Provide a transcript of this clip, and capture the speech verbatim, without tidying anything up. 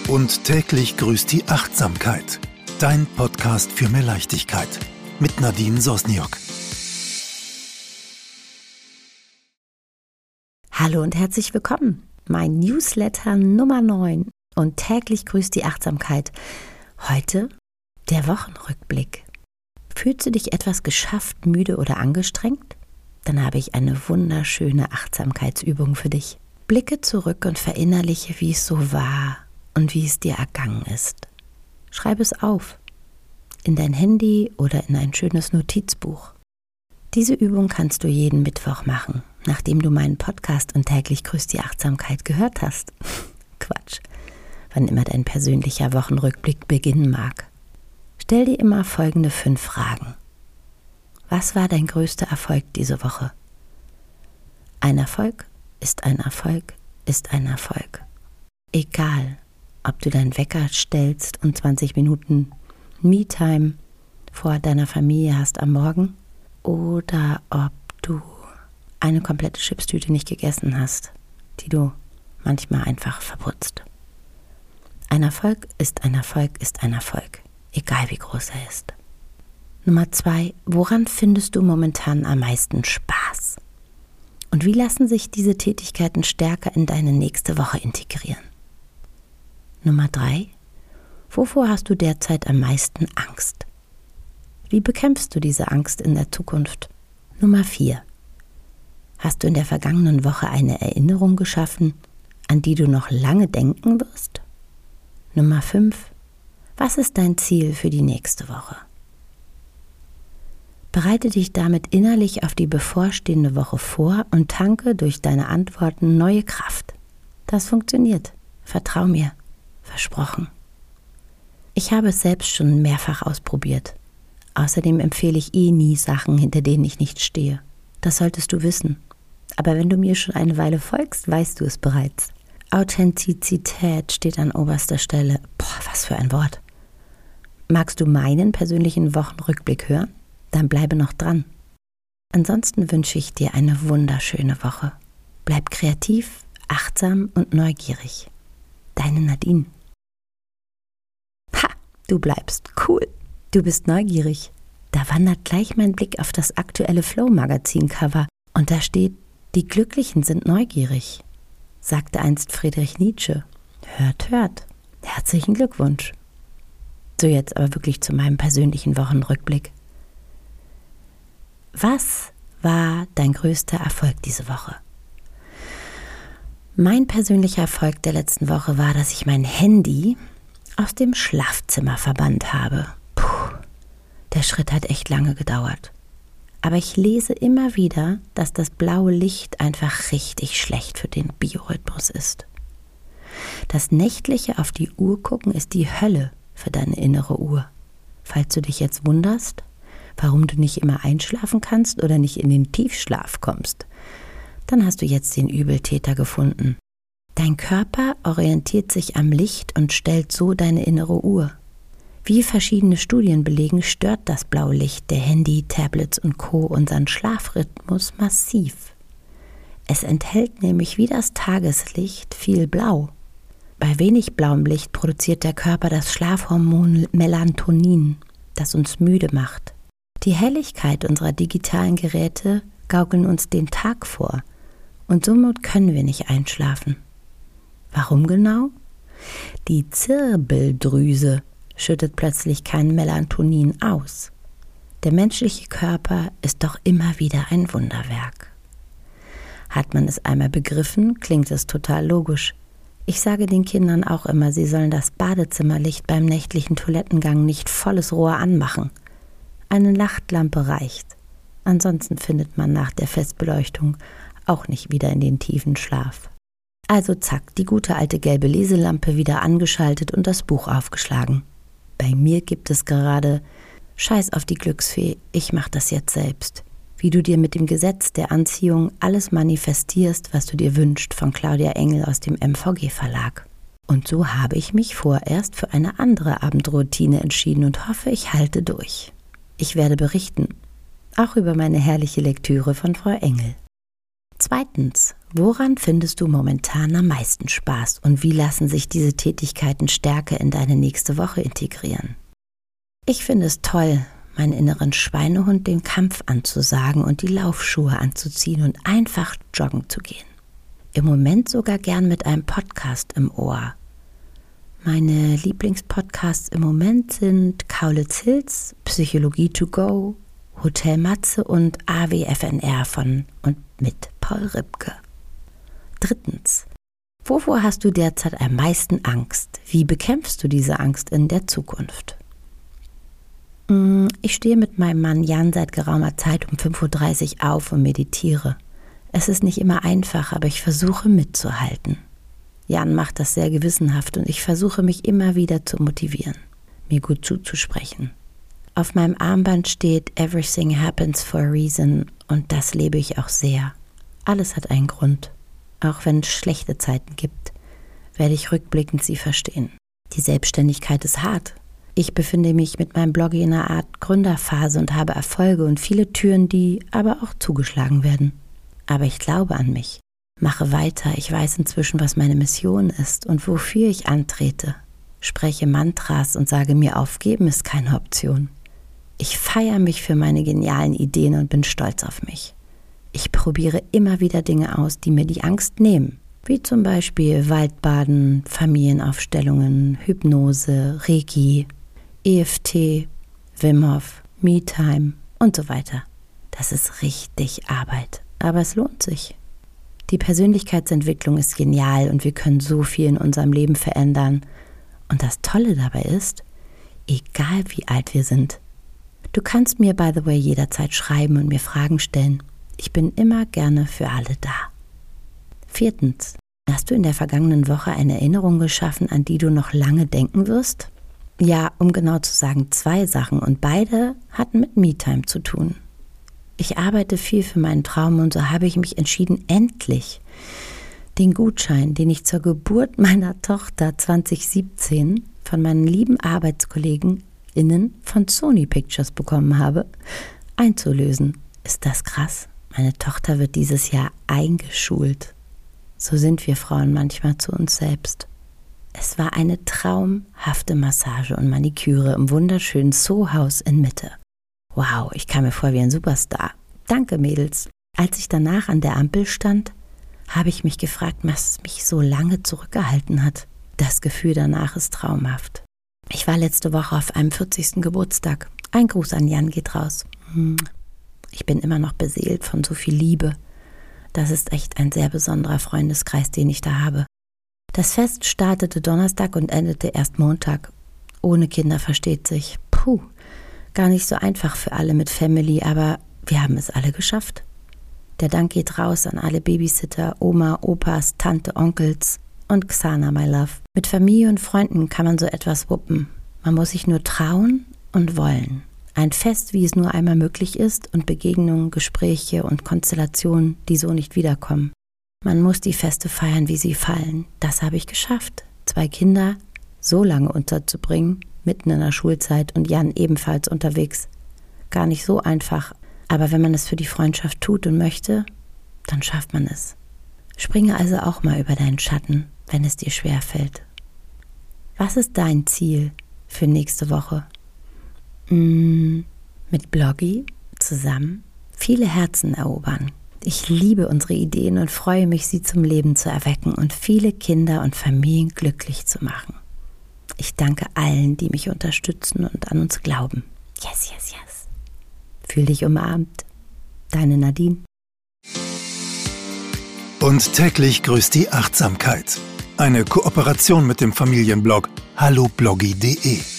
Und täglich grüßt die Achtsamkeit. Dein Podcast für mehr Leichtigkeit. Mit Nadine Sosniok. Hallo und herzlich willkommen. Mein Newsletter Nummer neun und täglich grüßt die Achtsamkeit. Heute der Wochenrückblick. Fühlst du dich etwas geschafft, müde oder angestrengt? Dann habe ich eine wunderschöne Achtsamkeitsübung für dich. Blicke zurück und verinnerliche, wie es so war und wie es dir ergangen ist. Schreib es auf, in dein Handy oder in ein schönes Notizbuch. Diese Übung kannst du jeden Mittwoch machen, nachdem du meinen Podcast und täglich grüßt die Achtsamkeit gehört hast. Quatsch, wann immer dein persönlicher Wochenrückblick beginnen mag. Stell dir immer folgende fünf Fragen. Was war dein größter Erfolg diese Woche? Ein Erfolg ist ein Erfolg ist ein Erfolg. Egal, ob du deinen Wecker stellst und zwanzig Minuten Me-Time vor deiner Familie hast am Morgen oder ob du eine komplette Chipstüte nicht gegessen hast, die du manchmal einfach verputzt. Ein Erfolg ist ein Erfolg ist ein Erfolg, egal wie groß er ist. Nummer zwei, woran findest du momentan am meisten Spaß? Und wie lassen sich diese Tätigkeiten stärker in deine nächste Woche integrieren? Nummer drei, wovor hast du derzeit am meisten Angst? Wie bekämpfst du diese Angst in der Zukunft? Nummer vier, hast du in der vergangenen Woche eine Erinnerung geschaffen, an die du noch lange denken wirst? Nummer fünf, was ist dein Ziel für die nächste Woche? Bereite dich damit innerlich auf die bevorstehende Woche vor und tanke durch deine Antworten neue Kraft. Das funktioniert. Vertrau mir. Versprochen. Ich habe es selbst schon mehrfach ausprobiert. Außerdem empfehle ich eh nie Sachen, hinter denen ich nicht stehe. Das solltest du wissen. Aber wenn du mir schon eine Weile folgst, weißt du es bereits. Authentizität steht an oberster Stelle. Boah, was für ein Wort. Magst du meinen persönlichen Wochenrückblick hören? Dann bleibe noch dran. Ansonsten wünsche ich dir eine wunderschöne Woche. Bleib kreativ, achtsam und neugierig. Deine Nadine. Ha, du bleibst cool. Du bist neugierig. Da wandert gleich mein Blick auf das aktuelle Flow-Magazin-Cover und da steht, die Glücklichen sind neugierig, sagte einst Friedrich Nietzsche. Hört, hört. Herzlichen Glückwunsch. So, jetzt aber wirklich zu meinem persönlichen Wochenrückblick. Was war dein größter Erfolg diese Woche? Mein persönlicher Erfolg der letzten Woche war, dass ich mein Handy aus dem Schlafzimmer verbannt habe. Puh, der Schritt hat echt lange gedauert. Aber ich lese immer wieder, dass das blaue Licht einfach richtig schlecht für den Biorhythmus ist. Das nächtliche auf die Uhr gucken ist die Hölle für deine innere Uhr. Falls du dich jetzt wunderst, warum du nicht immer einschlafen kannst oder nicht in den Tiefschlaf kommst, dann hast du jetzt den Übeltäter gefunden. Dein Körper orientiert sich am Licht und stellt so deine innere Uhr. Wie verschiedene Studien belegen, stört das blaue Licht der Handy, Tablets und Co. unseren Schlafrhythmus massiv. Es enthält nämlich wie das Tageslicht viel Blau. Bei wenig blauem Licht produziert der Körper das Schlafhormon Melatonin, das uns müde macht. Die Helligkeit unserer digitalen Geräte gaukeln uns den Tag vor und somit können wir nicht einschlafen. Warum genau? Die Zirbeldrüse schüttet plötzlich kein Melatonin aus. Der menschliche Körper ist doch immer wieder ein Wunderwerk. Hat man es einmal begriffen, klingt es total logisch. Ich sage den Kindern auch immer, sie sollen das Badezimmerlicht beim nächtlichen Toilettengang nicht volles Rohr anmachen. Eine Nachtlampe reicht. Ansonsten findet man nach der Festbeleuchtung auch nicht wieder in den tiefen Schlaf. Also zack, die gute alte gelbe Leselampe wieder angeschaltet und das Buch aufgeschlagen. Bei mir gibt es gerade Scheiß auf die Glücksfee, ich mach das jetzt selbst. Wie du dir mit dem Gesetz der Anziehung alles manifestierst, was du dir wünschst, von Claudia Engel aus dem M V G Verlag. Und so habe ich mich vorerst für eine andere Abendroutine entschieden und hoffe, ich halte durch. Ich werde berichten, auch über meine herrliche Lektüre von Frau Engel. Zweitens, Woran findest du momentan am meisten Spaß und wie lassen sich diese Tätigkeiten stärker in deine nächste Woche integrieren? Ich finde es toll, meinen inneren Schweinehund den Kampf anzusagen und die Laufschuhe anzuziehen und einfach joggen zu gehen. Im Moment sogar gern mit einem Podcast im Ohr. Meine Lieblingspodcasts im Moment sind Kaulitz Hills, Psychologie to go, Hotel Matze und A W F N R von und mit Paul Ripke. Drittens. Wovor hast du derzeit am meisten Angst? Wie bekämpfst du diese Angst in der Zukunft? Ich stehe mit meinem Mann Jan seit geraumer Zeit um fünf Uhr dreißig auf und meditiere. Es ist nicht immer einfach, aber ich versuche mitzuhalten. Jan macht das sehr gewissenhaft und ich versuche mich immer wieder zu motivieren, mir gut zuzusprechen. Auf meinem Armband steht Everything happens for a reason und das lebe ich auch sehr. Alles hat einen Grund. Auch wenn es schlechte Zeiten gibt, werde ich rückblickend sie verstehen. Die Selbstständigkeit ist hart. Ich befinde mich mit meinem Blog in einer Art Gründerphase und habe Erfolge und viele Türen, die aber auch zugeschlagen werden. Aber ich glaube an mich. Mache weiter. Ich weiß inzwischen, was meine Mission ist und wofür ich antrete. Spreche Mantras und sage mir, aufgeben ist keine Option. Ich feiere mich für meine genialen Ideen und bin stolz auf mich. Ich probiere immer wieder Dinge aus, die mir die Angst nehmen, wie zum Beispiel Waldbaden, Familienaufstellungen, Hypnose, Reiki, E F T, Wim Hof, Me-Time und so weiter. Das ist richtig Arbeit, aber es lohnt sich. Die Persönlichkeitsentwicklung ist genial und wir können so viel in unserem Leben verändern. Und das Tolle dabei ist, egal wie alt wir sind, du kannst mir, by the way, jederzeit schreiben und mir Fragen stellen. Ich bin immer gerne für alle da. Viertens. Hast du in der vergangenen Woche eine Erinnerung geschaffen, an die du noch lange denken wirst? Ja, um genau zu sagen, zwei Sachen und beide hatten mit Me-Time zu tun. Ich arbeite viel für meinen Traum und so habe ich mich entschieden, endlich den Gutschein, den ich zur Geburt meiner Tochter zwanzig siebzehn von meinen lieben ArbeitskollegInnen von Sony Pictures bekommen habe, einzulösen. Ist das krass? Meine Tochter wird dieses Jahr eingeschult. So sind wir Frauen manchmal zu uns selbst. Es war eine traumhafte Massage und Maniküre im wunderschönen Soho-Haus in Mitte. Wow, ich kam mir vor wie ein Superstar. Danke, Mädels. Als ich danach an der Ampel stand, habe ich mich gefragt, was mich so lange zurückgehalten hat. Das Gefühl danach ist traumhaft. Ich war letzte Woche auf einem vierzigsten Geburtstag. Ein Gruß an Jan geht raus. Ich bin immer noch beseelt von so viel Liebe. Das ist echt ein sehr besonderer Freundeskreis, den ich da habe. Das Fest startete Donnerstag und endete erst Montag. Ohne Kinder versteht sich. Puh, gar nicht so einfach für alle mit Family, aber wir haben es alle geschafft. Der Dank geht raus an alle Babysitter, Oma, Opas, Tante, Onkels und Xana, my love. Mit Familie und Freunden kann man so etwas wuppen. Man muss sich nur trauen und wollen. Ein Fest, wie es nur einmal möglich ist und Begegnungen, Gespräche und Konstellationen, die so nicht wiederkommen. Man muss die Feste feiern, wie sie fallen. Das habe ich geschafft. Zwei Kinder so lange unterzubringen, mitten in der Schulzeit und Jan ebenfalls unterwegs. Gar nicht so einfach. Aber wenn man es für die Freundschaft tut und möchte, dann schafft man es. Springe also auch mal über deinen Schatten, wenn es dir schwerfällt. Was ist dein Ziel für nächste Woche? Mmh, mit Bloggy zusammen viele Herzen erobern. Ich liebe unsere Ideen und freue mich, sie zum Leben zu erwecken und viele Kinder und Familien glücklich zu machen. Ich danke allen, die mich unterstützen und an uns glauben. Yes, yes, yes. Fühl dich umarmt. Deine Nadine. Und täglich grüßt die Achtsamkeit. Eine Kooperation mit dem Familienblog hallo bloggy punkt de.